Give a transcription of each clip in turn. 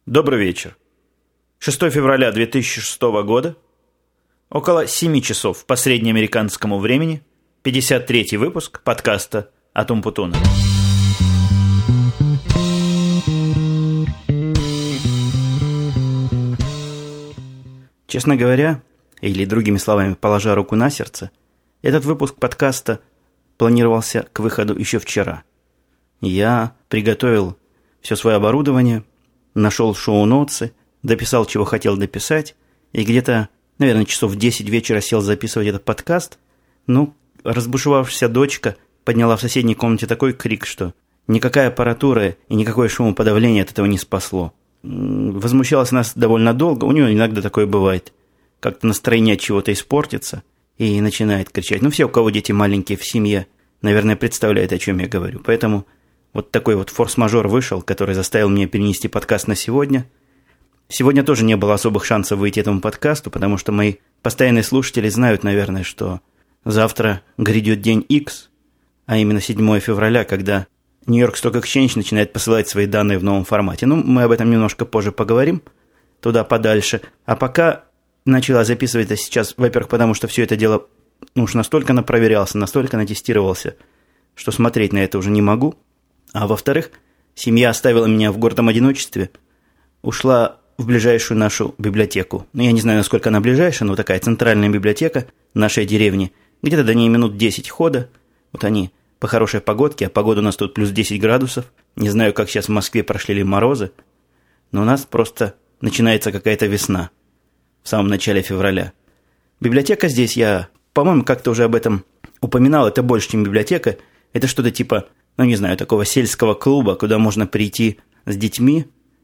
Добрый вечер. 6 февраля 2006 года, около 7 часов по среднеамериканскому времени, 53-й выпуск подкаста «Атум Путуна». Честно говоря, или другими словами, положа руку на сердце, этот выпуск подкаста планировался к выходу еще вчера. Я приготовил все свое оборудование, нашел шоу-ноутсы, дописал, чего хотел дописать, и где-то, наверное, часов в 10 вечера сел записывать этот подкаст. Разбушевавшаяся дочка подняла в соседней комнате такой крик, что никакая аппаратура и никакое шумоподавление от этого не спасло. Возмущалась нас довольно долго, у нее иногда такое бывает. Как-то настроение от чего-то испортится и начинает кричать. Все, у кого дети маленькие в семье, наверное, представляют, о чем я говорю. Поэтому вот такой вот форс-мажор вышел, который заставил меня перенести подкаст на сегодня. Сегодня тоже не было особых шансов выйти этому подкасту, потому что мои постоянные слушатели знают, наверное, что завтра грядет день X, а именно 7 февраля, когда Нью-Йорк Stock Exchange начинает посылать свои данные в новом формате. Мы об этом немножко позже поговорим, туда подальше. А пока начала записывать это сейчас, во-первых, потому что все это дело уж настолько напроверялся, настолько натестировался, что смотреть на это уже не могу. А во-вторых, семья оставила меня в гордом одиночестве, ушла в ближайшую нашу библиотеку. Я не знаю, насколько она ближайшая, но такая центральная библиотека нашей деревни. Где-то до ней минут 10 хода. Вот они по хорошей погодке, а погода у нас тут плюс 10 градусов. Не знаю, как сейчас в Москве прошли ли морозы, но у нас просто начинается какая-то весна в самом начале февраля. Библиотека здесь, я, по-моему, как-то уже об этом упоминал, это больше, чем библиотека. Это что-то типа, такого сельского клуба, куда можно прийти с детьми,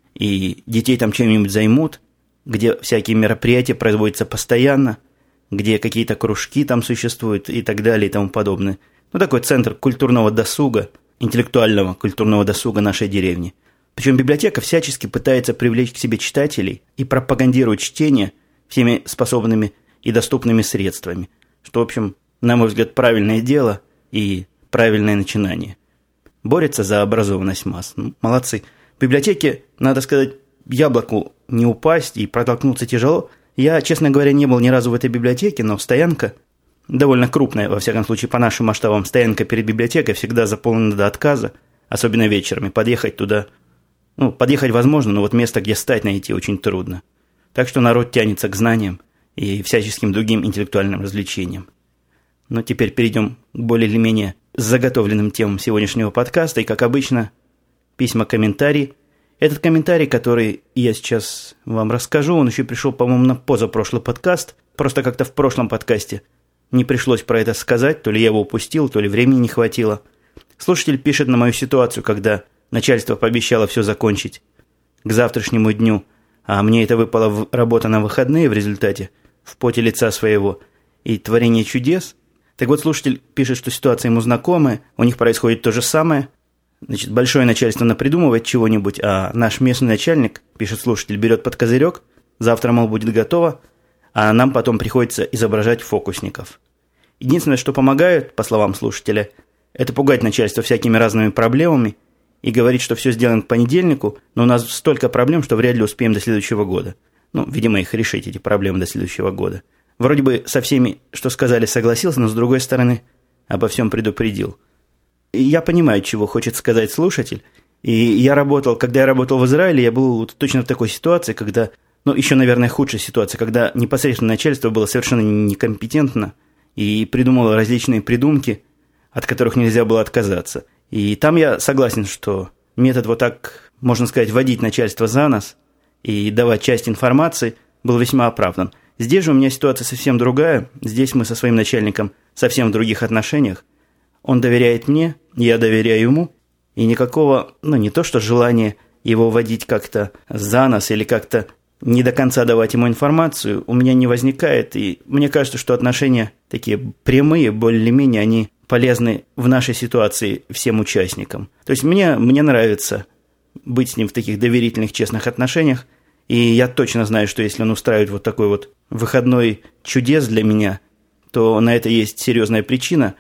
и детей там чем-нибудь займут, где всякие мероприятия производятся постоянно, где какие-то кружки там существуют и так далее и тому подобное. Такой центр культурного досуга, интеллектуального культурного досуга нашей деревни. Причем библиотека всячески пытается привлечь к себе читателей и пропагандирует чтение всеми способными и доступными средствами. Что, в общем, на мой взгляд, правильное дело и правильное начинание. Борется за образованность масс. Молодцы. В библиотеке, надо сказать, яблоку не упасть и протолкнуться тяжело. Я, честно говоря, не был ни разу в этой библиотеке, но стоянка, довольно крупная, во всяком случае, по нашим масштабам, стоянка перед библиотекой всегда заполнена до отказа, особенно вечерами. Подъехать туда, подъехать возможно, но вот место, где стать, найти очень трудно. Так что народ тянется к знаниям и всяческим другим интеллектуальным развлечениям. Но теперь перейдем к более или менее заготовленным темам сегодняшнего подкаста. И, как обычно, письма-комментарии. Этот комментарий, который я сейчас вам расскажу, он еще пришел, по-моему, на позапрошлый подкаст. Просто как-то в прошлом подкасте не пришлось про это сказать. То ли я его упустил, то ли времени не хватило. Слушатель пишет на мою ситуацию, когда начальство пообещало все закончить к завтрашнему дню, а мне это выпала работа на выходные в результате, в поте лица своего, и творение чудес. Так вот, слушатель пишет, что ситуация ему знакомая, у них происходит то же самое. Большое начальство напридумывает чего-нибудь, а наш местный начальник, пишет слушатель, берет под козырек, завтра, мол, будет готово, а нам потом приходится изображать фокусников. Единственное, что помогает, по словам слушателя, это пугать начальство всякими разными проблемами и говорить, что все сделаем к понедельнику, но у нас столько проблем, что вряд ли успеем до следующего года. Видимо, их решить, эти проблемы, до следующего года. Вроде бы со всеми, что сказали, согласился, но с другой стороны, обо всем предупредил. И я понимаю, чего хочет сказать слушатель. И когда я работал в Израиле, я был точно в такой ситуации, когда, еще, наверное, худшая ситуация, когда непосредственно начальство было совершенно некомпетентно и придумало различные придумки, от которых нельзя было отказаться. И там я согласен, что метод вот так, можно сказать, водить начальство за нос и давать часть информации был весьма оправдан. Здесь же у меня ситуация совсем другая. Здесь мы со своим начальником совсем в других отношениях. Он доверяет мне, я доверяю ему. И никакого, не то что желания его водить как-то за нос или как-то не до конца давать ему информацию, у меня не возникает. И мне кажется, что отношения такие прямые, более-менее, они полезны в нашей ситуации всем участникам. То есть мне нравится быть с ним в таких доверительных, честных отношениях. И я точно знаю, что если он устраивает вот такой вот выходной чудес для меня, то на это есть серьезная причина.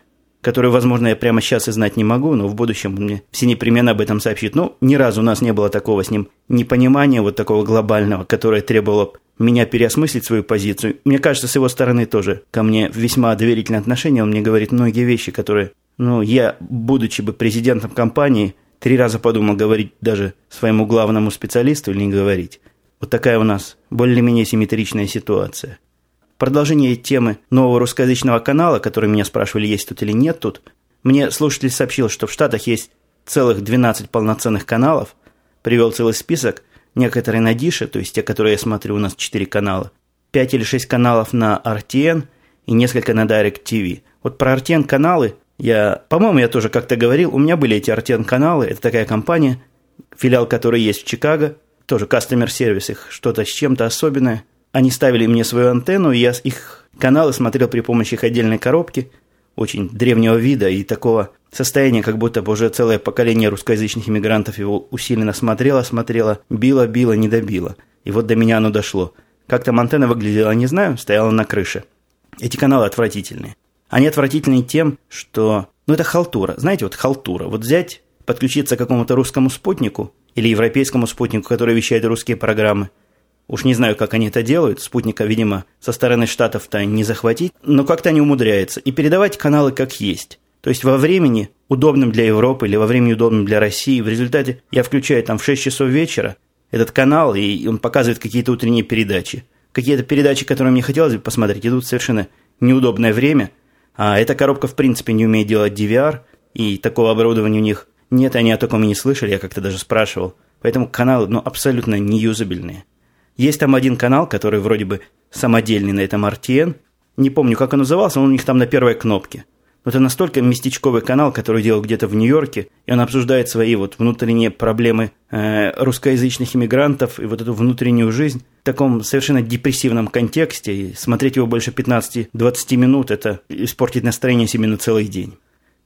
которую, возможно, я прямо сейчас и знать не могу, но в будущем мне все непременно об этом сообщит. Но ни разу у нас не было такого с ним непонимания, вот такого глобального, которое требовало меня переосмыслить свою позицию. Мне кажется, с его стороны тоже ко мне весьма доверительное отношение. Он мне говорит многие вещи, которые, я, будучи бы президентом компании, 3 раза подумал, говорить даже своему главному специалисту или не говорить. Вот такая у нас более-менее симметричная ситуация. Продолжение темы нового русскоязычного канала, который меня спрашивали, есть тут или нет тут, мне слушатель сообщил, что в Штатах есть целых 12 полноценных каналов, привел целый список, некоторые на Дише, то есть те, которые я смотрю, у нас 4 канала, 5 или 6 каналов на RTN и несколько на DirecTV. Вот про RTN каналы по-моему, я тоже как-то говорил, у меня были эти RTN каналы, это такая компания, филиал которой есть в Чикаго, тоже customer сервис, их что-то с чем-то особенное. Они ставили мне свою антенну, и я их каналы смотрел при помощи их отдельной коробки, очень древнего вида и такого состояния, как будто бы уже целое поколение русскоязычных иммигрантов его усиленно смотрело, било, не добило. И вот до меня оно дошло. Как там антенна выглядела, не знаю, стояла на крыше. Эти каналы отвратительные. Они отвратительны тем, что... это халтура. Знаете, вот халтура. Вот взять, подключиться к какому-то русскому спутнику или европейскому спутнику, который вещает русские программы. Уж не знаю, как они это делают. Спутника, видимо, со стороны Штатов-то не захватить. Но как-то они умудряются. И передавать каналы как есть. То есть во времени, удобном для Европы или во времени, удобном для России. В результате я включаю там в 6 часов вечера этот канал, и он показывает какие-то утренние передачи. Какие-то передачи, которые мне хотелось бы посмотреть, идут в совершенно неудобное время. А эта коробка, в принципе, не умеет делать DVR. И такого оборудования у них нет. Они о таком и не слышали. Я как-то даже спрашивал. Поэтому каналы, абсолютно неюзабельные. Есть там один канал, который вроде бы самодельный на этом RTN. Не помню, как он назывался, он у них там на первой кнопке. Но это настолько местечковый канал, который делал где-то в Нью-Йорке, и он обсуждает свои внутренние проблемы русскоязычных иммигрантов и вот эту внутреннюю жизнь в таком совершенно депрессивном контексте. И смотреть его больше 15-20 минут – это испортить настроение себе на целый день.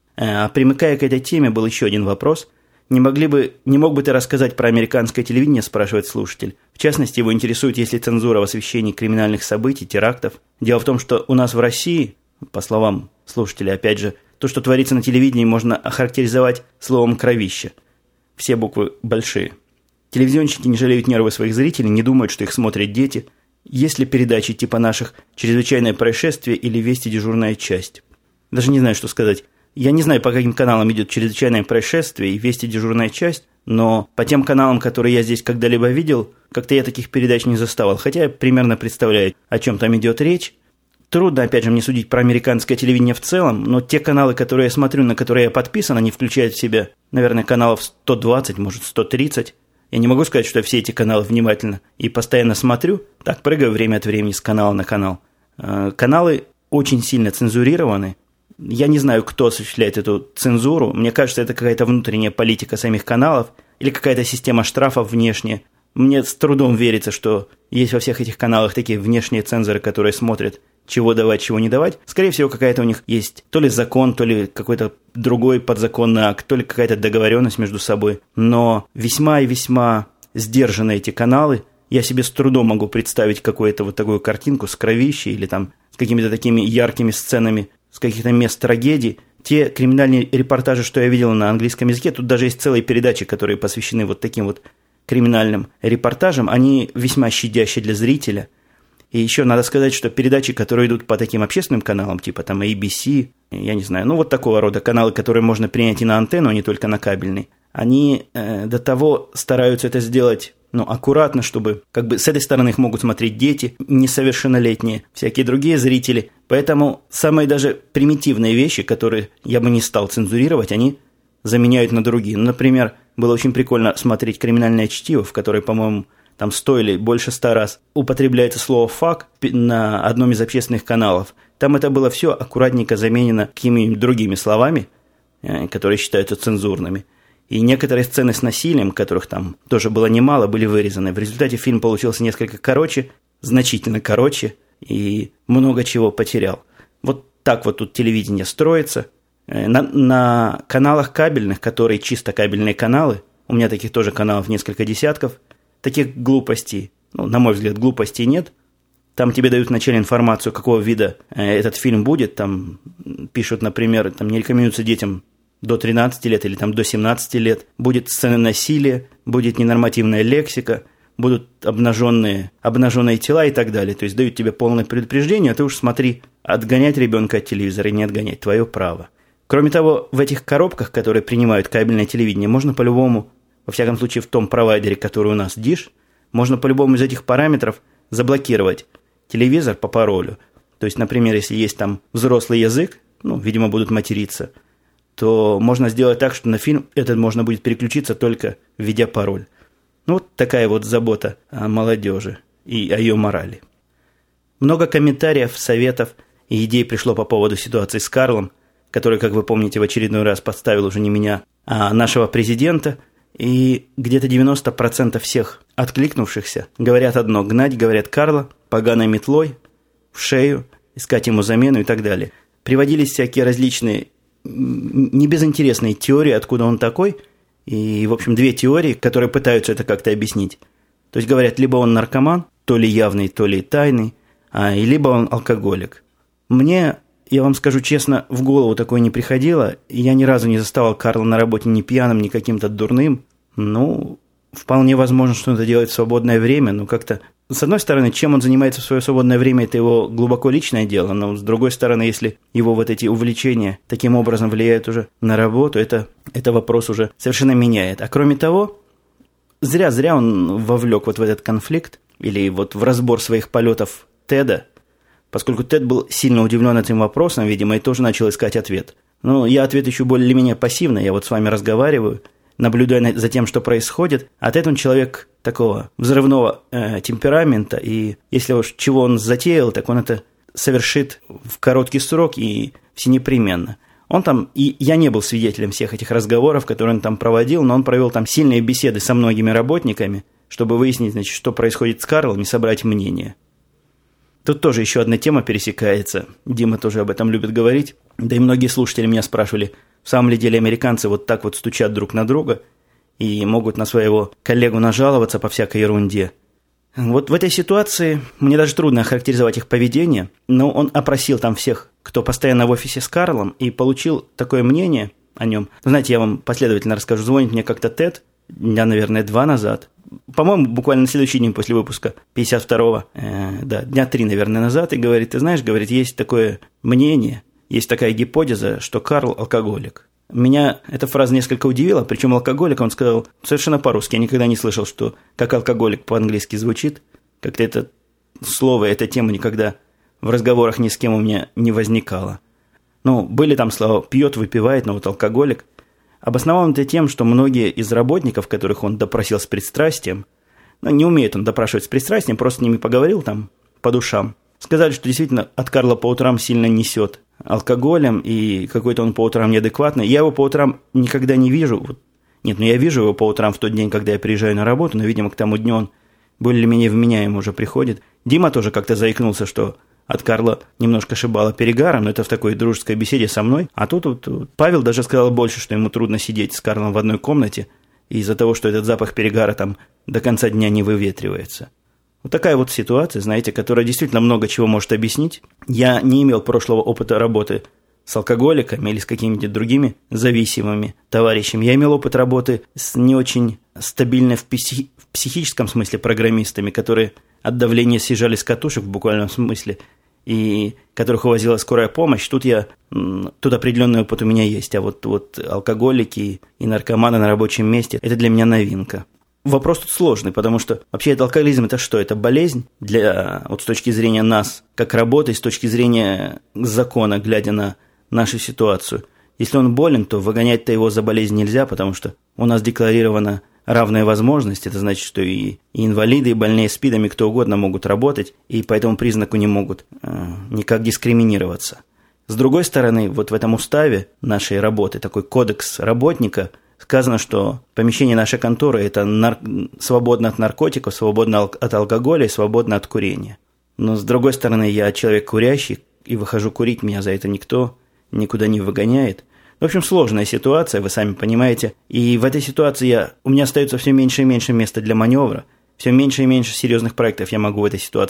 А примыкая к этой теме, был еще один вопрос. Не мог бы ты рассказать про американское телевидение, спрашивает слушатель. В частности, его интересует, есть ли цензура в освещении криминальных событий, терактов. Дело в том, что у нас в России, по словам слушателя, опять же, то, что творится на телевидении, можно охарактеризовать словом «кровище». Все буквы большие. Телевизионщики не жалеют нервы своих зрителей, не думают, что их смотрят дети. Есть ли передачи типа наших «Чрезвычайное происшествие» или «Вести дежурная часть»? Даже не знаю, что сказать. Я не знаю, по каким каналам идет «Чрезвычайное происшествие» и «Вести дежурная часть», но по тем каналам, которые я здесь когда-либо видел, как-то я таких передач не заставал. Хотя я примерно представляю, о чем там идет речь. Трудно, опять же, мне судить про американское телевидение в целом, но те каналы, которые я смотрю, на которые я подписан, они включают в себя, наверное, каналов 120, может, 130. Я не могу сказать, что я все эти каналы внимательно и постоянно смотрю. Так, прыгаю время от времени с канала на канал. Каналы очень сильно цензурированы. Я не знаю, кто осуществляет эту цензуру. Мне кажется, это какая-то внутренняя политика самих каналов или какая-то система штрафов внешняя. Мне с трудом верится, что есть во всех этих каналах такие внешние цензоры, которые смотрят, чего давать, чего не давать. Скорее всего, какая-то у них есть то ли закон, то ли какой-то другой подзаконный акт, то ли какая-то договоренность между собой. Но весьма и весьма сдержаны эти каналы. Я себе с трудом могу представить какую-то вот такую картинку с кровищей или там с какими-то такими яркими сценами с каких-то мест трагедий. Те криминальные репортажи, что я видел на английском языке, тут даже есть целые передачи, которые посвящены вот таким вот криминальным репортажам, они весьма щадящие для зрителя. И еще надо сказать, что передачи, которые идут по таким общественным каналам, типа там ABC, я не знаю, вот такого рода каналы, которые можно принять и на антенну, а не только на кабельный, они до того стараются это сделать аккуратно, чтобы как бы с этой стороны их могут смотреть дети, несовершеннолетние, всякие другие зрители. Поэтому самые даже примитивные вещи, которые я бы не стал цензурировать, они заменяют на другие. Например, было очень прикольно смотреть «Криминальное чтиво», в которой, по-моему, там 100 или больше 100 раз употребляется слово «фак» на одном из общественных каналов. Там это было все аккуратненько заменено какими-нибудь другими словами, которые считаются цензурными. И некоторые сцены с насилием, которых там тоже было немало, были вырезаны. В результате фильм получился несколько короче, значительно короче, и много чего потерял. Вот так вот тут телевидение строится. На каналах кабельных, которые чисто кабельные каналы, у меня таких тоже каналов несколько десятков, таких глупостей, на мой взгляд, глупостей нет. Там тебе дают вначале информацию, какого вида этот фильм будет. Там пишут, например, там не рекомендуется детям до 13 лет или там до 17 лет. Будет сцена насилия, будет ненормативная лексика, будут обнаженные тела и так далее. То есть дают тебе полное предупреждение, а ты уж смотри, отгонять ребенка от телевизора и не отгонять, твое право. Кроме того, в этих коробках, которые принимают кабельное телевидение, можно по-любому, во всяком случае в том провайдере, который у нас Dish, можно по-любому из этих параметров заблокировать телевизор по паролю. То есть, например, если есть там взрослый язык, видимо, будут материться, то можно сделать так, что на фильм этот можно будет переключиться только введя пароль. Вот такая вот забота о молодежи и о ее морали. Много комментариев, советов и идей пришло по поводу ситуации с Карлом, который, как вы помните, в очередной раз подставил уже не меня, а нашего президента. И где-то 90% всех откликнувшихся говорят одно: гнать, говорят, Карла поганой метлой в шею, искать ему замену и так далее. Приводились всякие различные небезынтересные теории, откуда он такой. И, в общем, две теории, которые пытаются это как-то объяснить. То есть говорят, либо он наркоман, то ли явный, то ли тайный, и либо он алкоголик. Мне, я вам скажу честно, в голову такое не приходило. Я ни разу не заставал Карла на работе ни пьяным, ни каким-то дурным. Вполне возможно, что он это делает в свободное время, но как-то... С одной стороны, чем он занимается в свое свободное время, это его глубоко личное дело, но с другой стороны, если его вот эти увлечения таким образом влияют уже на работу, это вопрос уже совершенно меняет. А кроме того, зря он вовлек вот в этот конфликт или вот в разбор своих полетов Теда, поскольку Тед был сильно удивлен этим вопросом, видимо, и тоже начал искать ответ. Я ответ ищу более-менее пассивно, я вот с вами разговариваю, наблюдая за тем, что происходит. А Тед он человек такого взрывного темперамента, и если уж чего он затеял, так он это совершит в короткий срок и всенепременно. Он там, и я не был свидетелем всех этих разговоров, которые он там проводил, но он провел там сильные беседы со многими работниками, чтобы выяснить, значит, что происходит с Карлом и собрать мнение. Тут тоже еще одна тема пересекается. Дима тоже об этом любит говорить. Да и многие слушатели меня спрашивали, в самом ли деле американцы вот так вот стучат друг на друга и могут на своего коллегу нажаловаться по всякой ерунде. Вот в этой ситуации мне даже трудно охарактеризовать их поведение, но он опросил там всех, кто постоянно в офисе с Карлом, и получил такое мнение о нем. Знаете, я вам последовательно расскажу. Звонит мне как-то Тед, дня, наверное, 2 назад. По-моему, буквально на следующий день после выпуска 52-го, дня 3, наверное, назад, и говорит, ты знаешь, говорит, есть такое мнение, есть такая гипотеза, что Карл алкоголик. Меня эта фраза несколько удивила, причем алкоголик, он сказал совершенно по-русски. Я никогда не слышал, что как алкоголик по-английски звучит. Как-то это слово, эта тема никогда в разговорах ни с кем у меня не возникала. Были там слова «пьет», «выпивает», но вот алкоголик. Обосновал он это тем, что многие из работников, которых он допросил с пристрастием, не умеет он допрашивать с пристрастием, просто с ними поговорил там по душам, сказали, что действительно от Карла по утрам сильно несет алкоголем, и какой-то он по утрам неадекватный. Я его по утрам никогда не вижу. Я вижу его по утрам в тот день, когда я приезжаю на работу, но, видимо, к тому дню он более-менее вменяемо уже приходит. Дима тоже как-то заикнулся, что от Карла немножко шибало перегаром, но это в такой дружеской беседе со мной. А тут Павел даже сказал больше, что ему трудно сидеть с Карлом в одной комнате из-за того, что этот запах перегара там до конца дня не выветривается. Вот такая вот ситуация, знаете, которая действительно много чего может объяснить. Я не имел прошлого опыта работы с алкоголиками или с какими-то другими зависимыми товарищами. Я имел опыт работы с не очень стабильно в психическом смысле программистами, которые от давления съезжали с катушек в буквальном смысле, и которых увозила скорая помощь. Тут определенный опыт у меня есть. А вот алкоголики и наркоманы на рабочем месте – это для меня новинка. Вопрос тут сложный, потому что вообще алкоголизм – это что? Это болезнь с точки зрения нас, как работы, с точки зрения закона, глядя на нашу ситуацию. Если он болен, то выгонять-то его за болезнь нельзя, потому что у нас декларирована равная возможность. Это значит, что и инвалиды, и больные СПИДами, кто угодно могут работать, и по этому признаку не могут никак дискриминироваться. С другой стороны, вот в этом уставе нашей работы, такой кодекс работника, сказано, что помещение нашей конторы – это свободно от наркотиков, свободно от алкоголя и свободно от курения. Но с другой стороны, я человек курящий, и выхожу курить, меня за это никто никуда не выгоняет. В общем, сложная ситуация, вы сами понимаете. И в этой ситуации у меня остается все меньше и меньше места для маневра. Все меньше и меньше серьезных проектов я могу в этой ситуации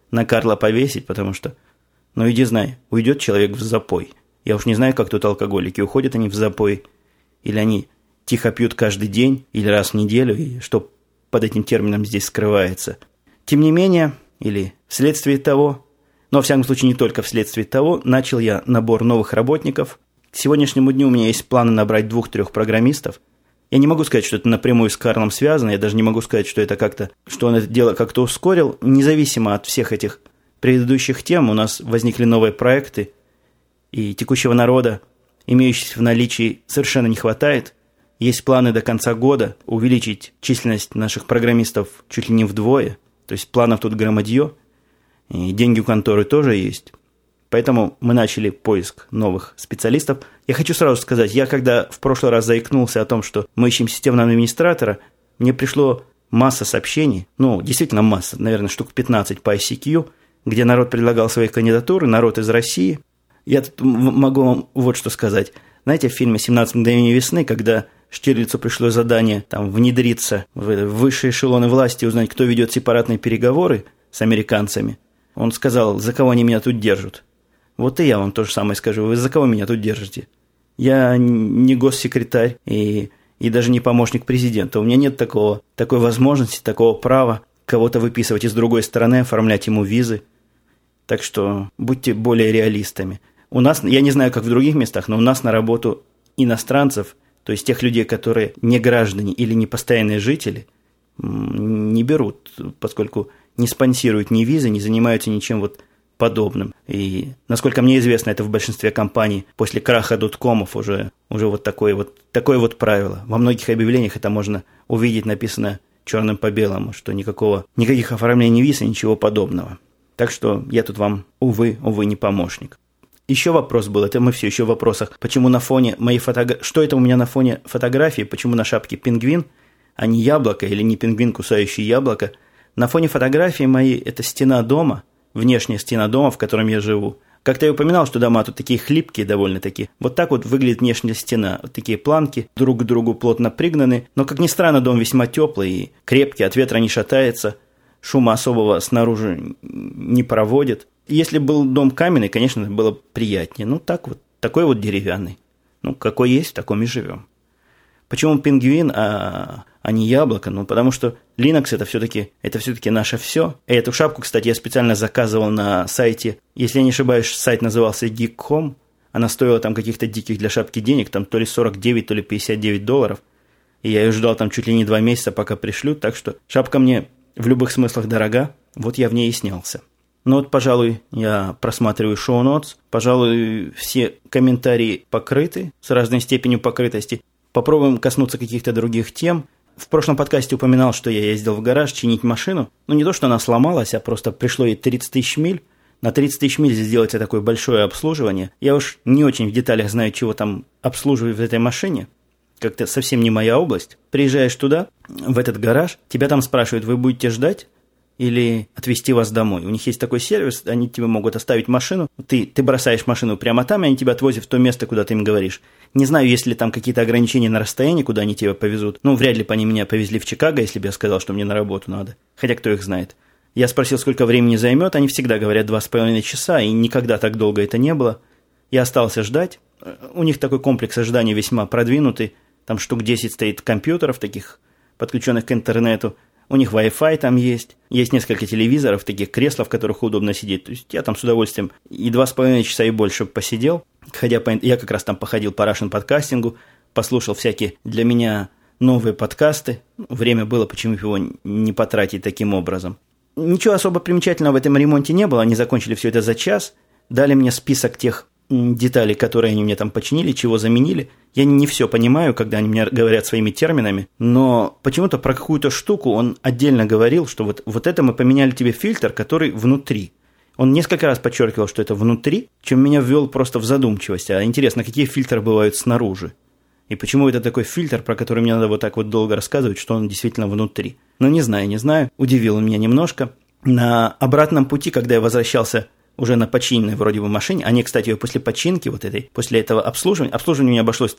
на Карла повесить, потому что, ну иди знай, уйдет человек в запой. Я уж не знаю, как тут алкоголики, уходят они в запой, или они тихо пьют каждый день, или раз в неделю, и что под этим термином здесь скрывается. Тем не менее, или вследствие того, но, во всяком случае, не только вследствие того, начал я набор новых работников. К сегодняшнему дню у меня есть планы набрать 2-3 программистов. Я не могу сказать, что это напрямую с Карлом связано, я даже не могу сказать, что это как-то, что он это дело как-то ускорил. Независимо от всех этих предыдущих тем, у нас возникли новые проекты, и текущего народа, имеющегося в наличии, совершенно не хватает. Есть планы до конца года увеличить численность наших программистов чуть ли не вдвое. То есть планов тут громадье. И деньги у конторы тоже есть. Поэтому мы начали поиск новых специалистов. Я хочу сразу сказать, я когда в прошлый раз заикнулся о том, что мы ищем системного администратора, мне пришло масса сообщений, ну, действительно масса, наверное, штук 15 по ICQ, где народ предлагал свои кандидатуры, народ из России. Я тут могу вам вот что сказать. Знаете, в фильме «17 мгновений весны», когда Штирлицу пришло задание там внедриться в высшие эшелоны власти и узнать, кто ведет сепаратные переговоры с американцами, он сказал, за кого они меня тут держат. Вот и я вам то же самое скажу. Вы за кого меня тут держите? Я не госсекретарь и даже не помощник президента. У меня нет такой возможности, такого права кого-то выписывать из другой стороны, оформлять ему визы. Так что будьте более реалистами. У нас, я не знаю, как в других местах, но у нас на работу иностранцев, то есть тех людей, которые не граждане или не постоянные жители, не берут, поскольку не спонсируют ни визы, не занимаются ничем вот подобным. И, насколько мне известно, это в большинстве компаний после краха доткомов уже вот такое вот правило. Во многих объявлениях это можно увидеть, написано черным по белому, что никаких оформлений виз и ничего подобного. Так что я тут вам, увы, не помощник. Еще вопрос был, это мы все еще в вопросах, почему на фоне моей фотографии, что это у меня на фоне фотографии, почему на шапке пингвин, а не яблоко, или не пингвин, кусающий яблоко. На фоне фотографии моей это стена дома, внешняя стена дома, в котором я живу. Как-то я упоминал, что дома тут такие хлипкие довольно-таки. Вот так вот выглядит внешняя стена. Вот такие планки друг к другу плотно пригнаны. Но, как ни странно, дом весьма теплый и крепкий, от ветра не шатается. Шума особого снаружи не проводит. Если был дом каменный, конечно, было приятнее. Ну, так вот, такой вот деревянный. Ну, какой есть, в таком и живем. Почему пингвин, а не яблоко? Ну, потому что Linux это все-таки наше все. И эту шапку, кстати, я специально заказывал на сайте. Если я не ошибаюсь, сайт назывался Geek.com. Она стоила там каких-то диких для шапки денег, там то ли 49, то ли 59 долларов. И я ее ждал там чуть ли не 2 месяца, пока пришлют. Так что шапка мне в любых смыслах дорога. Вот я в ней и снялся. Ну вот, пожалуй, я просматриваю шоу-нотс. Пожалуй, все комментарии покрыты с разной степенью покрытости. Попробуем коснуться каких-то других тем. В прошлом подкасте упоминал, что я ездил в гараж чинить машину. Ну, не то, что она сломалась, а просто пришло ей 30 тысяч миль. На 30 тысяч миль сделать такое большое обслуживание. Я уж не очень в деталях знаю, чего там обслуживают в этой машине. Как-то совсем не моя область. Приезжаешь туда, в этот гараж, тебя там спрашивают, вы будете ждать или отвезти вас домой. У них есть такой сервис, они тебе могут оставить машину. Ты бросаешь машину прямо там, и они тебя отвозят в то место, куда ты им говоришь. Не знаю, есть ли там какие-то ограничения на расстояние, куда они тебя повезут. Ну, вряд ли бы они меня повезли в Чикаго, если бы я сказал, что мне на работу надо. Хотя кто их знает. Я спросил, сколько времени займет. Они всегда говорят 2,5 часа, и никогда так долго это не было. Я остался ждать. У них такой комплекс ожидания весьма продвинутый. Там штук 10 стоит компьютеров таких, подключенных к интернету. У них Wi-Fi там есть. Есть несколько телевизоров, таких кресел, в которых удобно сидеть. То есть я там с удовольствием и 2,5 часа и больше посидел. Я как раз там походил по Russian подкастингу, послушал всякие для меня новые подкасты. Время было, почему его не потратить таким образом. Ничего особо примечательного в этом ремонте не было. Они закончили все это за час. Дали мне список тех деталей, которые они мне там починили, чего заменили. Я не все понимаю, когда они мне говорят своими терминами, но почему-то про какую-то штуку он отдельно говорил, что вот это мы поменяли тебе фильтр, который внутри. Он несколько раз подчеркивал, что это внутри, чем меня ввел просто в задумчивость. А интересно, какие фильтры бывают снаружи? И почему это такой фильтр, про который мне надо вот так вот долго рассказывать, что он действительно внутри? Ну, не знаю. Удивил он меня немножко. На обратном пути, когда я возвращался уже на починенной вроде бы машине, они, кстати, после починки вот этой, после этого обслуживания у меня обошлось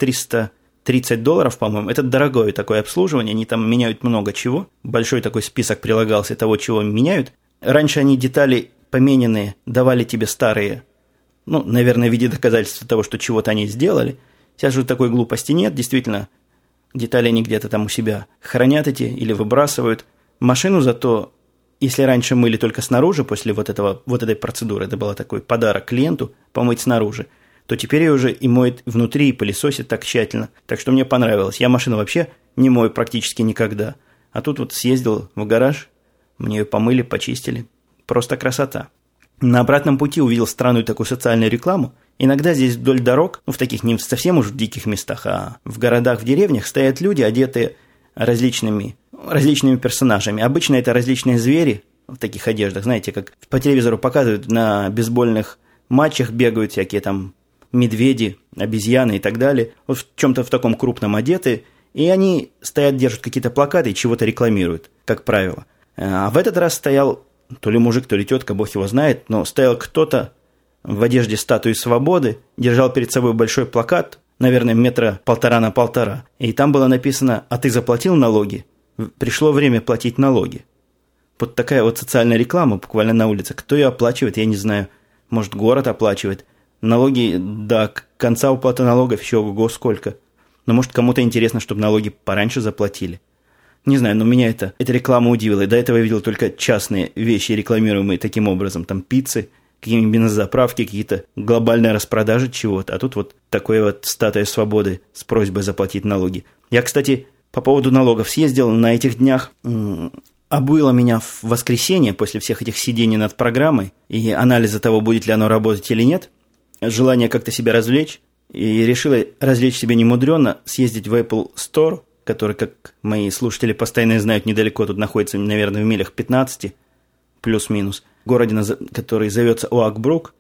$330, по-моему. Это дорогое такое обслуживание, они там меняют много чего. Большой такой список прилагался того, чего меняют. Раньше они детали помененные давали тебе старые, ну, наверное, в виде доказательства того, что чего-то они сделали. Сейчас же такой глупости нет, действительно, детали они где-то там у себя хранят эти или выбрасывают. Машину зато, если раньше мыли только снаружи после вот этой процедуры, это был такой подарок клиенту помыть снаружи, то теперь ее уже и моет внутри, и пылесосит так тщательно. Так что мне понравилось. Я машину вообще не мою практически никогда. А тут вот съездил в гараж, мне ее помыли, почистили. Просто красота. На обратном пути увидел странную такую социальную рекламу. Иногда здесь вдоль дорог, ну в таких не совсем уж в диких местах, а в городах, в деревнях стоят люди, одетые различными персонажами. Обычно это различные звери в таких одеждах. Знаете, как по телевизору показывают, на бейсбольных матчах бегают всякие там медведи, обезьяны и так далее. Вот в чем-то в таком крупном одеты. И они стоят, держат какие-то плакаты и чего-то рекламируют, как правило. А в этот раз стоял то ли мужик, то ли тетка, бог его знает, но стоял кто-то в одежде статуи свободы, держал перед собой большой плакат, наверное, 1,5 метра на 1,5. И там было написано: «А ты заплатил налоги? Пришло время платить налоги». Вот такая вот социальная реклама буквально на улице. Кто ее оплачивает, я не знаю. Может, город оплачивает. Налоги до конца уплаты налогов еще ого сколько. Но может, кому-то интересно, чтобы налоги пораньше заплатили. Не знаю, но меня эта реклама удивила. И до этого я видел только частные вещи, рекламируемые таким образом. Там пиццы, какие-нибудь бензозаправки, какие-то глобальные распродажи чего-то. А тут вот такая вот статуя свободы с просьбой заплатить налоги. Я, кстати, по поводу налогов съездил на этих днях. Обуяло меня в воскресенье после всех этих сидений над программой и анализа того, будет ли оно работать или нет. Желание как-то себя развлечь. И решила развлечь себя немудренно, съездить в Apple Store, который, как мои слушатели постоянно знают, недалеко тут находится, наверное, в милях 15, плюс-минус, в городе, который зовется Оакбрук.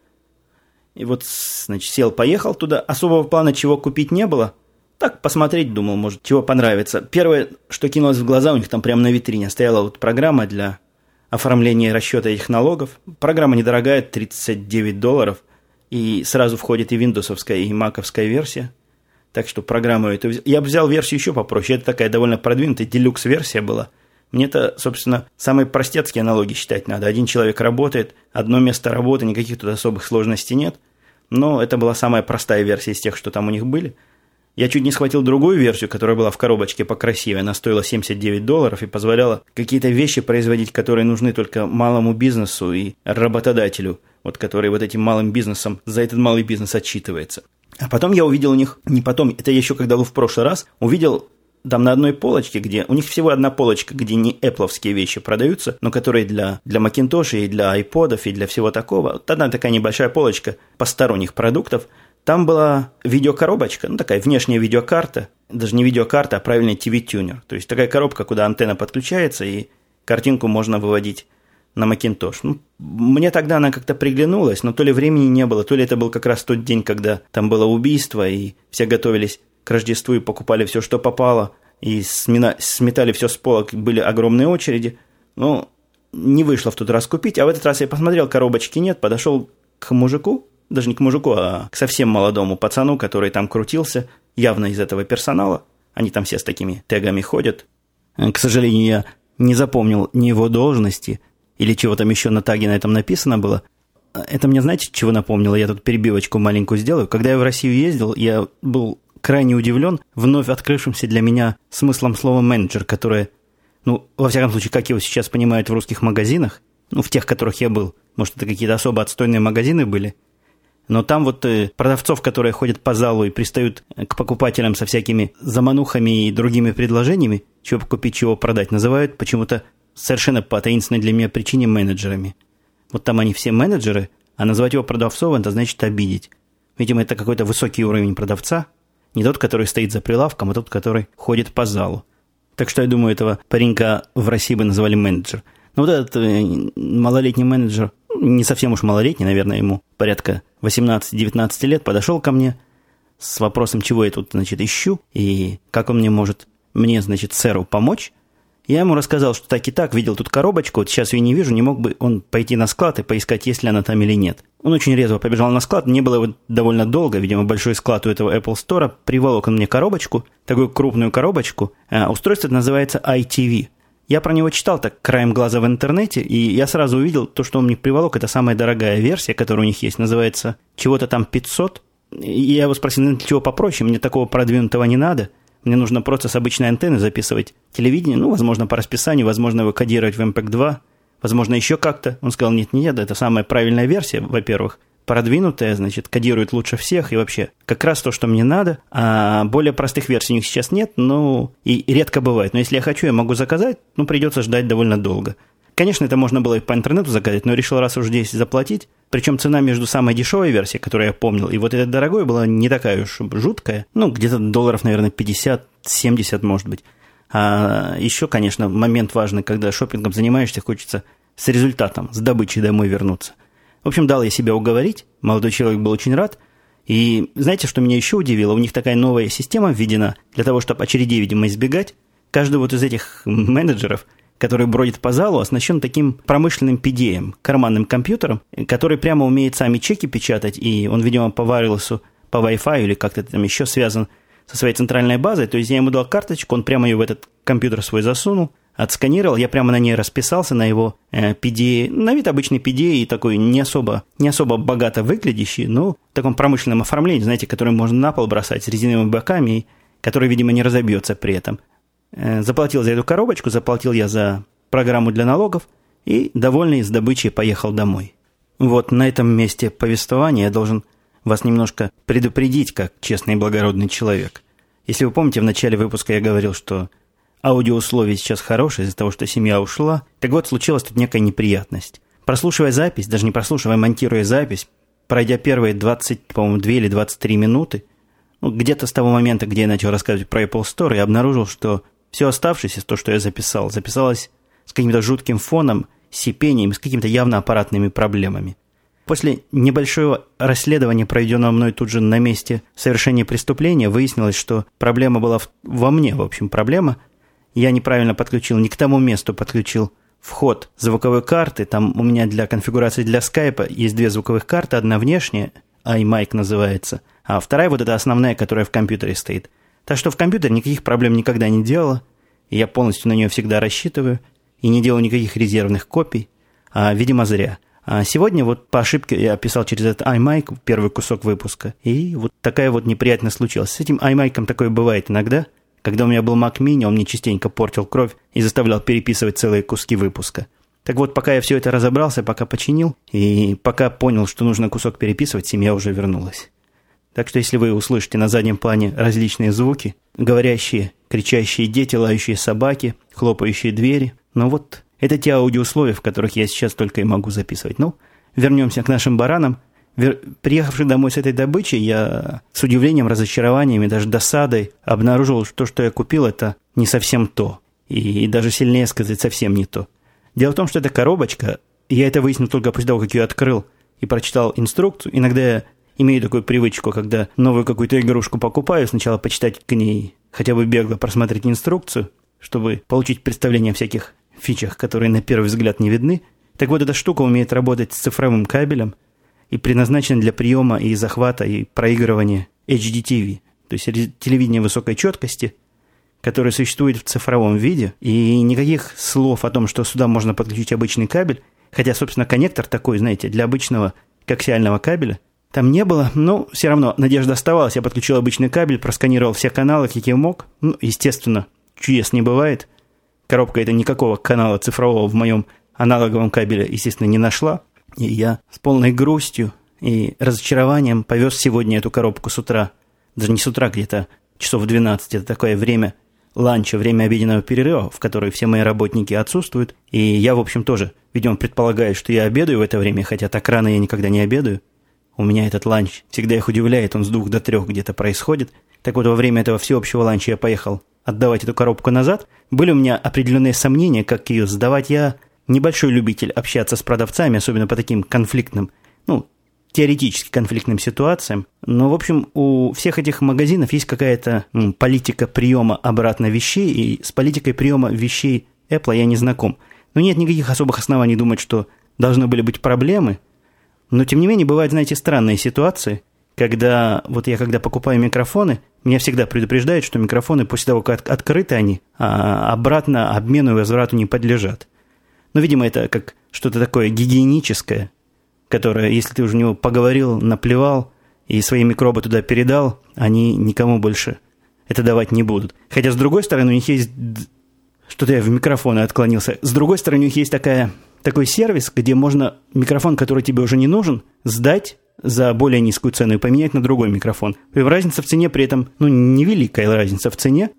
И вот, значит, сел-поехал туда. Особого плана чего купить не было. Так, посмотреть, думал, может, чего понравится. Первое, что кинулось в глаза, у них там прямо на витрине стояла вот программа для оформления и расчета этих налогов. Программа недорогая, $39. И сразу входит и виндовсовская, и маковская версия. Так что программу эту... Я бы взял версию еще попроще. Это такая довольно продвинутая делюкс-версия была. Мне-то, собственно, самые простецкие налоги считать надо. Один человек работает, одно место работы, никаких тут особых сложностей нет. Но это была самая простая версия из тех, что там у них были. Я чуть не схватил другую версию, которая была в коробочке покрасивее. Она стоила $79 и позволяла какие-то вещи производить, которые нужны только малому бизнесу и работодателю, вот который вот этим малым бизнесом за этот малый бизнес отчитывается. А потом я увидел у них, не потом, это я еще когда был в прошлый раз, увидел там на одной полочке, где у них всего одна полочка, где не Apple'овские вещи продаются, но которые для Macintosh и для iPod'ов и для всего такого. Вот одна такая небольшая полочка посторонних продуктов. Там была видеокоробочка, ну такая внешняя видеокарта, даже не видеокарта, а правильный TV-тюнер. То есть такая коробка, куда антенна подключается и картинку можно выводить на Macintosh. Ну, мне тогда она как-то приглянулась, но то ли времени не было, то ли это был как раз тот день, когда там было убийство, и все готовились к Рождеству и покупали все, что попало, и сметали все с полок, были огромные очереди. Ну, не вышло в тот раз купить, а в этот раз я посмотрел, коробочки нет, подошел к мужику, даже не к мужику, а к совсем молодому пацану, который там крутился, явно из этого персонала. Они там все с такими тегами ходят. К сожалению, я не запомнил ни его должности, или чего там еще на таге на этом написано было. Это мне, знаете, чего напомнило? Я тут перебивочку маленькую сделаю. Когда я в Россию ездил, я был крайне удивлен вновь открывшимся для меня смыслом слова «менеджер», которое, ну, во всяком случае, как его сейчас понимают в русских магазинах, ну, в тех, в которых я был, может, это какие-то особо отстойные магазины были, но там вот продавцов, которые ходят по залу и пристают к покупателям со всякими заманухами и другими предложениями, чего купить, чего продать, называют почему-то совершенно по таинственной для меня причине менеджерами. Вот там они все менеджеры, а назвать его продавцом – это значит обидеть. Видимо, это какой-то высокий уровень продавца, не тот, который стоит за прилавком, а тот, который ходит по залу. Так что я думаю, этого паренька в России бы называли менеджер. Но вот этот малолетний менеджер, не совсем уж малолетний, наверное, ему порядка 18-19 лет, подошел ко мне с вопросом, чего я тут, значит, ищу, и как он мне может, значит, сэру помочь. Я ему рассказал, что так и так, видел тут коробочку, вот сейчас ее не вижу, не мог бы он пойти на склад и поискать, есть ли она там или нет. Он очень резво побежал на склад, не было его довольно долго, видимо, большой склад у этого Apple Store, приволок он мне коробочку, такую крупную коробочку, устройство называется iTV. Я про него читал так краем глаза в интернете, и я сразу увидел то, что он мне приволок. Это самая дорогая версия, которая у них есть, называется чего-то там 500. И я его спросил, ну, чего попроще, мне такого продвинутого не надо. Мне нужно просто с обычной антенны записывать телевидение, ну, возможно, по расписанию, возможно, его кодировать в MPEG-2, возможно, еще как-то. Он сказал, нет, это самая правильная версия, во-первых. Продвинутая, значит, кодирует лучше всех и вообще как раз то, что мне надо. А более простых версий у них сейчас нет, ну, и редко бывает. Но если я хочу, я могу заказать, ну, придется ждать довольно долго. Конечно, это можно было и по интернету заказать, но решил раз уж здесь заплатить. Причем цена между самой дешевой версией, которую я помнил, и вот этой дорогой была не такая уж жуткая. Ну, где-то долларов, наверное, 50-70, может быть. А еще, конечно, момент важный, когда шопингом занимаешься, хочется с результатом, с добычей домой вернуться. В общем, дал я себя уговорить, молодой человек был очень рад. И знаете, что меня еще удивило? У них такая новая система введена для того, чтобы очередей, видимо, избегать. Каждый вот из этих менеджеров, который бродит по залу, оснащен таким промышленным PDA, карманным компьютером, который прямо умеет сами чеки печатать, и он, видимо, по wireless, по Wi-Fi или как-то там еще связан со своей центральной базой. То есть я ему дал карточку, он прямо ее в этот компьютер свой засунул, отсканировал, я прямо на ней расписался, на его PDA, на вид обычный PDA, такой не особо богато выглядящий, но в таком промышленном оформлении, знаете, который можно на пол бросать с резиновыми боками, и который, видимо, не разобьется при этом. Заплатил за эту коробочку, заплатил я за программу для налогов и, довольный с добычей, поехал домой. Вот на этом месте повествования я должен вас немножко предупредить, как честный и благородный человек. Если вы помните, в начале выпуска я говорил, что аудиоусловия сейчас хорошие из-за того, что семья ушла. Так вот, случилась тут некая неприятность. Прослушивая запись, даже не прослушивая, монтируя запись, пройдя первые 20, по-моему, 2 или 23 минуты, ну, где-то с того момента, где я начал рассказывать про Apple Store, я обнаружил, что все оставшееся, то, что я записалось с каким-то жутким фоном, с сипением, с какими-то явно аппаратными проблемами. После небольшого расследования, проведенного мной тут же на месте совершения преступления, выяснилось, что проблема была во мне, в общем, проблема. Я неправильно подключил, не к тому месту подключил вход звуковой карты. Там у меня для конфигурации для скайпа есть 2 звуковых карты. Одна внешняя, iMic называется, а вторая вот эта основная, которая в компьютере стоит. Так что в компьютере никаких проблем никогда не делала. И я полностью на нее всегда рассчитываю. И не делаю никаких резервных копий. Видимо, зря. А сегодня вот по ошибке я писал через этот iMic первый кусок выпуска. И вот такая вот неприятность случилась. С этим iMic такое бывает иногда. Когда у меня был Mac Mini, он мне частенько портил кровь и заставлял переписывать целые куски выпуска. Так вот, пока я все это разобрался, пока починил, и пока понял, что нужно кусок переписывать, семья уже вернулась. Так что если вы услышите на заднем плане различные звуки, говорящие, кричащие дети, лающие собаки, хлопающие двери, ну вот, это те аудиоусловия, в которых я сейчас только и могу записывать. Ну, вернемся к нашим баранам. Приехавший домой с этой добычей, я с удивлением, разочарованием и даже досадой обнаружил, что я купил, это не совсем то. И даже сильнее сказать, совсем не то. Дело в том, что эта коробочка, я это выяснил только после того, как ее открыл и прочитал инструкцию. Иногда я имею такую привычку, когда новую какую-то игрушку покупаю, сначала почитать к ней, хотя бы бегло просмотреть инструкцию, чтобы получить представление о всяких фичах, которые на первый взгляд не видны. Так вот, эта штука умеет работать с цифровым кабелем и предназначена для приема и захвата и проигрывания HDTV, то есть телевидения высокой четкости, которое существует в цифровом виде, и никаких слов о том, что сюда можно подключить обычный кабель, хотя, собственно, коннектор такой, знаете, для обычного коаксиального кабеля, там не было, но все равно надежда оставалась. Я подключил обычный кабель, просканировал все каналы, какие мог. Ну, естественно, чудес не бывает. Коробка эта никакого канала цифрового в моем аналоговом кабеле, естественно, не нашла. И я с полной грустью и разочарованием повез сегодня эту коробку с утра. Даже не с утра, где-то часов в 12. Это такое время ланча, время обеденного перерыва, в которое все мои работники отсутствуют. И я, в общем, тоже, видимо, предполагаю, что я обедаю в это время, хотя так рано я никогда не обедаю. У меня этот ланч всегда их удивляет, он с 2 до 3 где-то происходит. Так вот, во время этого всеобщего ланча я поехал отдавать эту коробку назад. Были у меня определенные сомнения, как ее сдавать. Я небольшой любитель общаться с продавцами, особенно по таким конфликтным, теоретически конфликтным ситуациям. Но, в общем, у всех этих магазинов есть какая-то политика приема обратно вещей, и с политикой приема вещей Apple я не знаком. Но нет никаких особых оснований думать, что должны были быть проблемы. Но, тем не менее, бывают, знаете, странные ситуации, когда вот я когда покупаю микрофоны, меня всегда предупреждают, что микрофоны после того, как открыты они, обратно обмену и возврату не подлежат. Но, видимо, это как что-то такое гигиеническое, которое, если ты уже в него поговорил, наплевал и свои микробы туда передал, они никому больше это давать не будут. Хотя, с другой стороны, у них есть... Что-то я в микрофоны отклонился. С другой стороны, у них есть такой сервис, где можно микрофон, который тебе уже не нужен, сдать за более низкую цену и поменять на другой микрофон. И разница в цене при этом, невеликая разница в цене.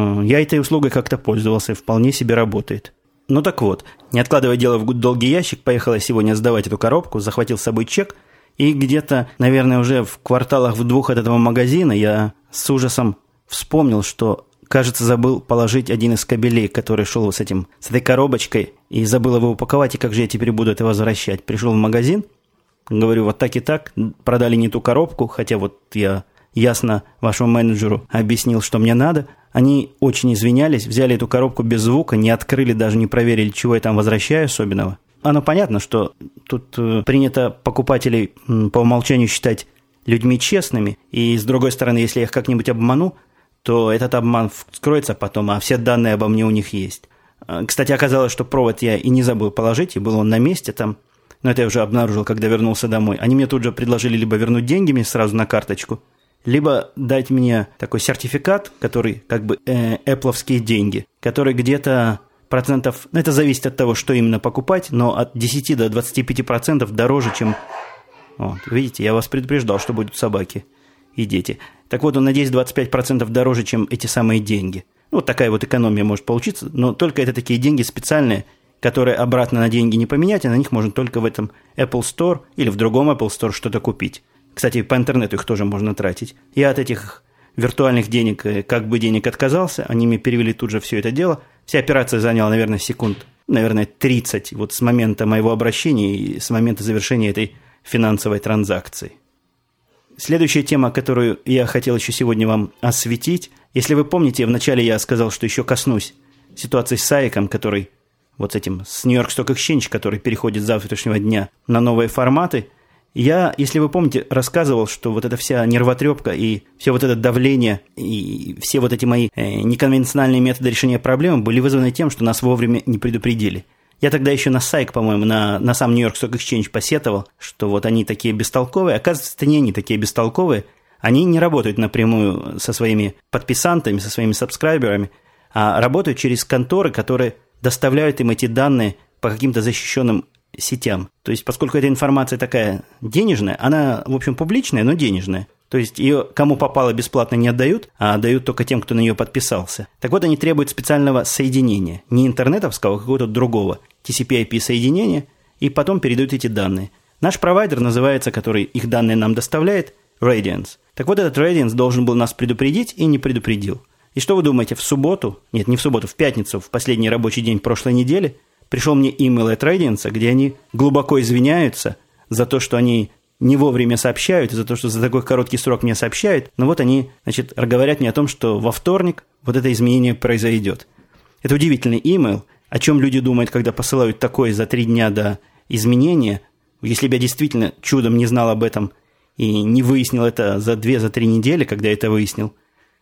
Я этой услугой как-то пользовался, вполне себе работает. Ну так вот, не откладывая дело в долгий ящик, поехал я сегодня сдавать эту коробку, захватил с собой чек, и где-то, наверное, уже в кварталах в 2 от этого магазина я с ужасом вспомнил, что, кажется, забыл положить один из кабелей, который шел с этой коробочкой, и забыл его упаковать, и как же я теперь буду это возвращать. Пришел в магазин, говорю, вот так и так, продали не ту коробку, хотя вот я ясно вашему менеджеру объяснил, что мне надо. Они очень извинялись, взяли эту коробку без звука, не открыли, даже не проверили, чего я там возвращаю особенного. Оно понятно, что тут принято покупателей по умолчанию считать людьми честными, и с другой стороны, если я их как-нибудь обману, то этот обман вскроется потом, а все данные обо мне у них есть. Кстати, оказалось, что провод я и не забыл положить, и был он на месте там, но это я уже обнаружил, когда вернулся домой. Они мне тут же предложили либо вернуть деньги мне сразу на карточку, либо дать мне такой сертификат, который как бы Apple-овские деньги, который где-то процентов, это зависит от того, что именно покупать, но от 10 до 25% дороже, чем... Вот, видите, я вас предупреждал, что будут собаки и дети. Так вот, он на 10-25% дороже, чем эти самые деньги. Вот такая вот экономия может получиться, но только это такие деньги специальные, которые обратно на деньги не поменять, а на них можно только в этом Apple Store или в другом Apple Store что-то купить. Кстати, по интернету их тоже можно тратить. Я от этих виртуальных денег, как бы денег отказался, они мне перевели тут же все это дело. Вся операция заняла, наверное, секунд, 30 вот с момента моего обращения и с момента завершения этой финансовой транзакции. Следующая тема, которую я хотел еще сегодня вам осветить. Если вы помните, вначале я сказал, что еще коснусь ситуации с САИКом, который вот с этим, с New York Stock Exchange, который переходит с завтрашнего дня на новые форматы. Я, если вы помните, рассказывал, что вот эта вся нервотрепка и все вот это давление и все вот эти мои неконвенциональные методы решения проблемы были вызваны тем, что нас вовремя не предупредили. Я тогда еще на SAIC, по-моему, на сам New York Stock Exchange посетовал, что вот они такие бестолковые. Оказывается, это не они такие бестолковые. Они не работают напрямую со своими подписантами, со своими сабскрайберами, а работают через конторы, которые доставляют им эти данные по каким-то защищенным сетям. То есть, поскольку эта информация такая денежная, она, в общем, публичная, но денежная. То есть, ее кому попало бесплатно не отдают, а отдают только тем, кто на нее подписался. Так вот, они требуют специального соединения. Не интернетовского, а какого-то другого TCP/IP-соединения, и потом передают эти данные. Наш провайдер называется, который их данные нам доставляет, Radiance. Так вот, этот Radiance должен был нас предупредить и не предупредил. И что вы думаете, в субботу, нет, не в субботу, в пятницу, в последний рабочий день прошлой недели, пришел мне имейл от Radiance, где они глубоко извиняются за то, что они не вовремя сообщают, и за то, что за такой короткий срок мне сообщают. Но вот они, значит, говорят мне о том, что во вторник вот это изменение произойдет. Это удивительный имейл. О чем люди думают, когда посылают такое за 3 дня до изменения. Если бы я действительно чудом не знал об этом и не выяснил это за 2-3 недели, когда я это выяснил,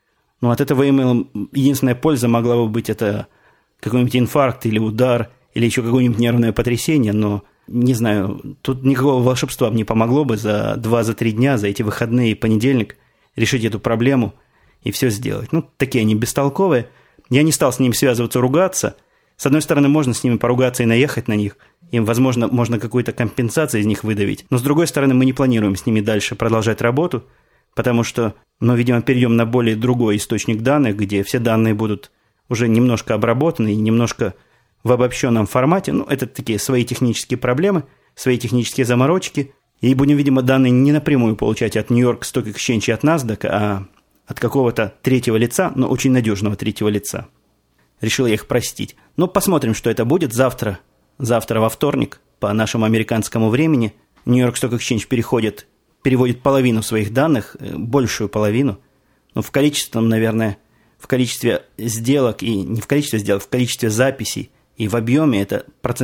но от этого имейла единственная польза могла бы быть это какой-нибудь инфаркт или удар, или еще какое-нибудь нервное потрясение, но, не знаю, тут никакого волшебства не помогло бы за 2-3 дня, за эти выходные и понедельник решить эту проблему и все сделать. Ну, такие они бестолковые. Я не стал с ними связываться, ругаться. С одной стороны, можно с ними поругаться и наехать на них. Им, возможно, можно какую-то компенсацию из них выдавить. Но, с другой стороны, мы не планируем с ними дальше продолжать работу, потому что, видимо, перейдем на более другой источник данных, где все данные будут уже немножко обработаны и немножко в обобщенном формате. Это такие свои технические проблемы, свои технические заморочки. И будем, видимо, данные не напрямую получать от New York Stock Exchange и от NASDAQ, а от какого-то третьего лица, но очень надежного третьего лица. Решил я их простить. Посмотрим, что это будет завтра. Завтра во вторник, по нашему американскому времени, New York Stock Exchange переводит половину своих данных, большую половину. В количественном, наверное, в количестве сделок, и не в количестве сделок, в количестве записей и в объеме это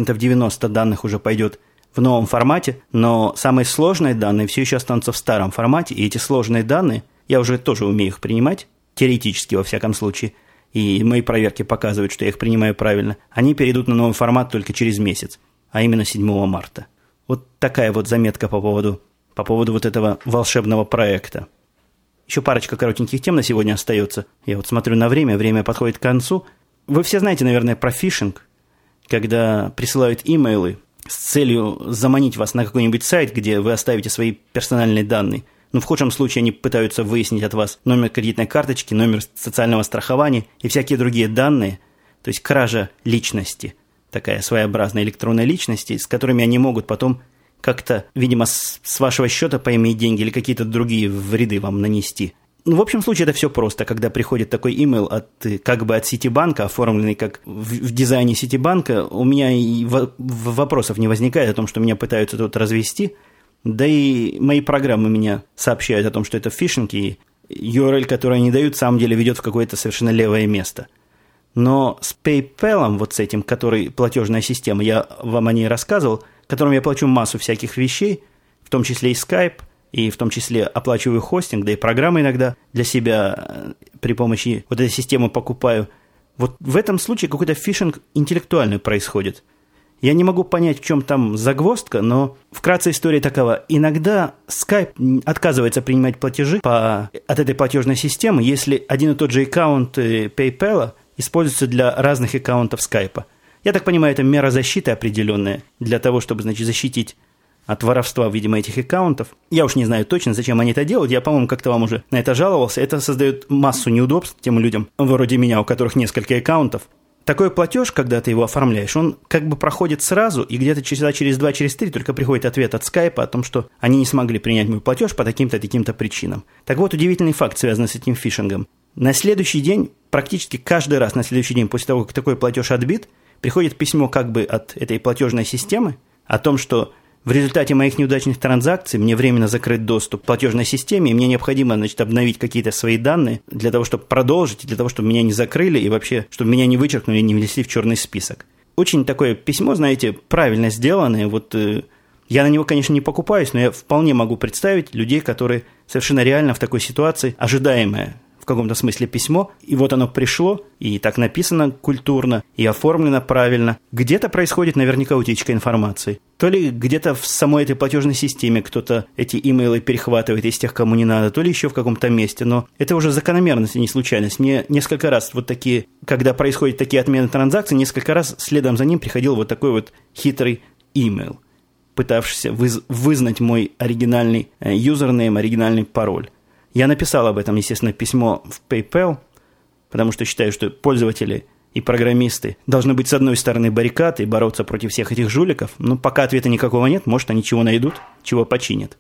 90% данных уже пойдет в новом формате, но самые сложные данные все еще останутся в старом формате, и эти сложные данные я уже тоже умею их принимать, теоретически во всяком случае, и мои проверки показывают, что я их принимаю правильно, они перейдут на новый формат только через месяц, а именно 7 марта. Вот такая вот заметка по поводу вот этого волшебного проекта. Еще парочка коротеньких тем на сегодня остается. Я вот смотрю на время подходит к концу. Вы все знаете, наверное, про фишинг, когда присылают имейлы с целью заманить вас на какой-нибудь сайт, где вы оставите свои персональные данные. Ну, в худшем случае они пытаются выяснить от вас номер кредитной карточки, номер социального страхования и всякие другие данные. То есть кража личности, такая своеобразная электронной личности, с которыми они могут потом как-то, видимо, с вашего счета поиметь деньги или какие-то другие вреды вам нанести. Ну, в общем случае, это все просто. Когда приходит такой имейл как бы от Ситибанка, оформленный как в дизайне Ситибанка, у меня и вопросов не возникает о том, что меня пытаются тут развести. Да и мои программы меня сообщают о том, что это фишинг, и URL, который они дают, в самом деле ведет в какое-то совершенно левое место. Но с PayPal, вот с этим, который платежная система, я вам о ней рассказывал, которым я плачу массу всяких вещей, в том числе и Skype, и в том числе оплачиваю хостинг, да и программы иногда для себя при помощи вот этой системы покупаю. Вот в этом случае какой-то фишинг интеллектуальный происходит. Я не могу понять, в чем там загвоздка, но вкратце история такова. Иногда Skype отказывается принимать платежи от этой платежной системы, если один и тот же аккаунт PayPal используется для разных аккаунтов Skype. Я так понимаю, это мера защиты определенная для того, чтобы, значит, защитить от воровства, видимо, этих аккаунтов. Я уж не знаю точно, зачем они это делают. Я, по-моему, как-то вам уже на это жаловался. Это создает массу неудобств тем людям, вроде меня, у которых несколько аккаунтов. Такой платеж, когда ты его оформляешь, он как бы проходит сразу, и где-то через 2, через 3 только приходит ответ от Skype о том, что они не смогли принять мой платеж по таким-то причинам. Так вот, удивительный факт, связанный с этим фишингом. На следующий день, практически каждый раз на следующий день после того, как такой платеж отбит, приходит письмо как бы от этой платежной системы о том, что в результате моих неудачных транзакций мне временно закрыт доступ к платежной системе, и мне необходимо, значит, обновить какие-то свои данные для того, чтобы продолжить, для того, чтобы меня не закрыли и вообще, чтобы меня не вычеркнули и не внесли в черный список. Очень такое письмо, знаете, правильно сделанное. Вот я на него, конечно, не покупаюсь, но я вполне могу представить людей, которые совершенно реально в такой ситуации, ожидаемое в каком-то смысле письмо, и вот оно пришло, и так написано культурно, и оформлено правильно. Где-то происходит наверняка утечка информации. То ли где-то в самой этой платежной системе кто-то эти имейлы перехватывает из тех, кому не надо, то ли еще в каком-то месте. Но это уже закономерность, а не случайность. Мне несколько раз вот такие, когда происходят такие отмены транзакций, несколько раз следом за ним приходил вот такой вот хитрый имейл, пытавшийся вызнать мой оригинальный юзернейм, оригинальный пароль. Я написал об этом, естественно, письмо в PayPal, потому что считаю, что пользователи и программисты должны быть с одной стороны баррикад и бороться против всех этих жуликов. Но пока ответа никакого нет, может, они чего найдут, чего починят.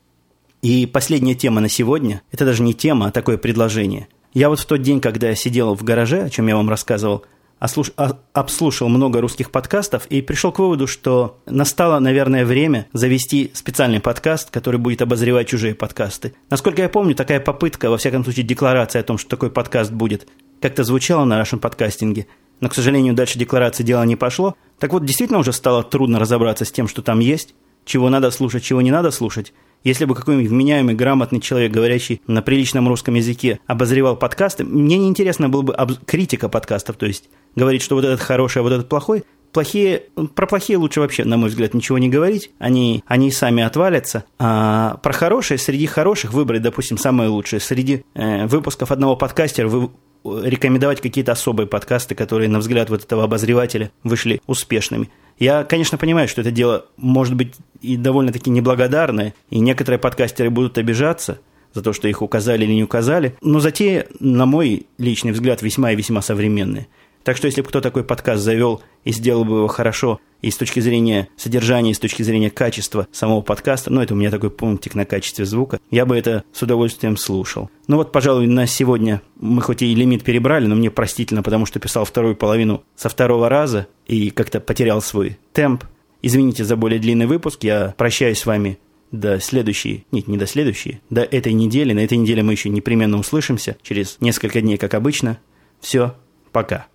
И последняя тема на сегодня, это даже не тема, а такое предложение. Я вот в тот день, когда я сидел в гараже, о чем я вам рассказывал, обслушал много русских подкастов и пришел к выводу, что настало, наверное, время завести специальный подкаст, который будет обозревать чужие подкасты. Насколько я помню, такая попытка, во всяком случае, декларация о том, что такой подкаст будет, как-то звучала на нашем подкастинге. Но, к сожалению, дальше декларации дело не пошло. Так вот, действительно уже стало трудно разобраться с тем, что там есть, чего надо слушать, чего не надо слушать. Если бы какой-нибудь вменяемый, грамотный человек, говорящий на приличном русском языке, обозревал подкасты, мне неинтересно было бы критика подкастов, то есть говорить, что вот этот хороший, а вот этот плохой. Про плохие лучше вообще, на мой взгляд, ничего не говорить, они сами отвалятся. А про хорошие, среди хороших выбрать, допустим, самые лучшие. Среди выпусков одного подкастера рекомендовать какие-то особые подкасты, которые, на взгляд вот этого обозревателя, вышли успешными. Я, конечно, понимаю, что это дело может быть и довольно-таки неблагодарное, и некоторые подкастеры будут обижаться за то, что их указали или не указали, но затея, на мой личный взгляд, весьма и весьма современная. Так что, если бы кто такой подкаст завел и сделал бы его хорошо и с точки зрения содержания, и с точки зрения качества самого подкаста, это у меня такой пунктик на качестве звука, я бы это с удовольствием слушал. Вот, пожалуй, на сегодня мы хоть и лимит перебрали, но мне простительно, потому что писал вторую половину со второго раза и как-то потерял свой темп. Извините за более длинный выпуск, я прощаюсь с вами до следующей, до этой недели. На этой неделе мы еще непременно услышимся через несколько дней, как обычно. Все, пока.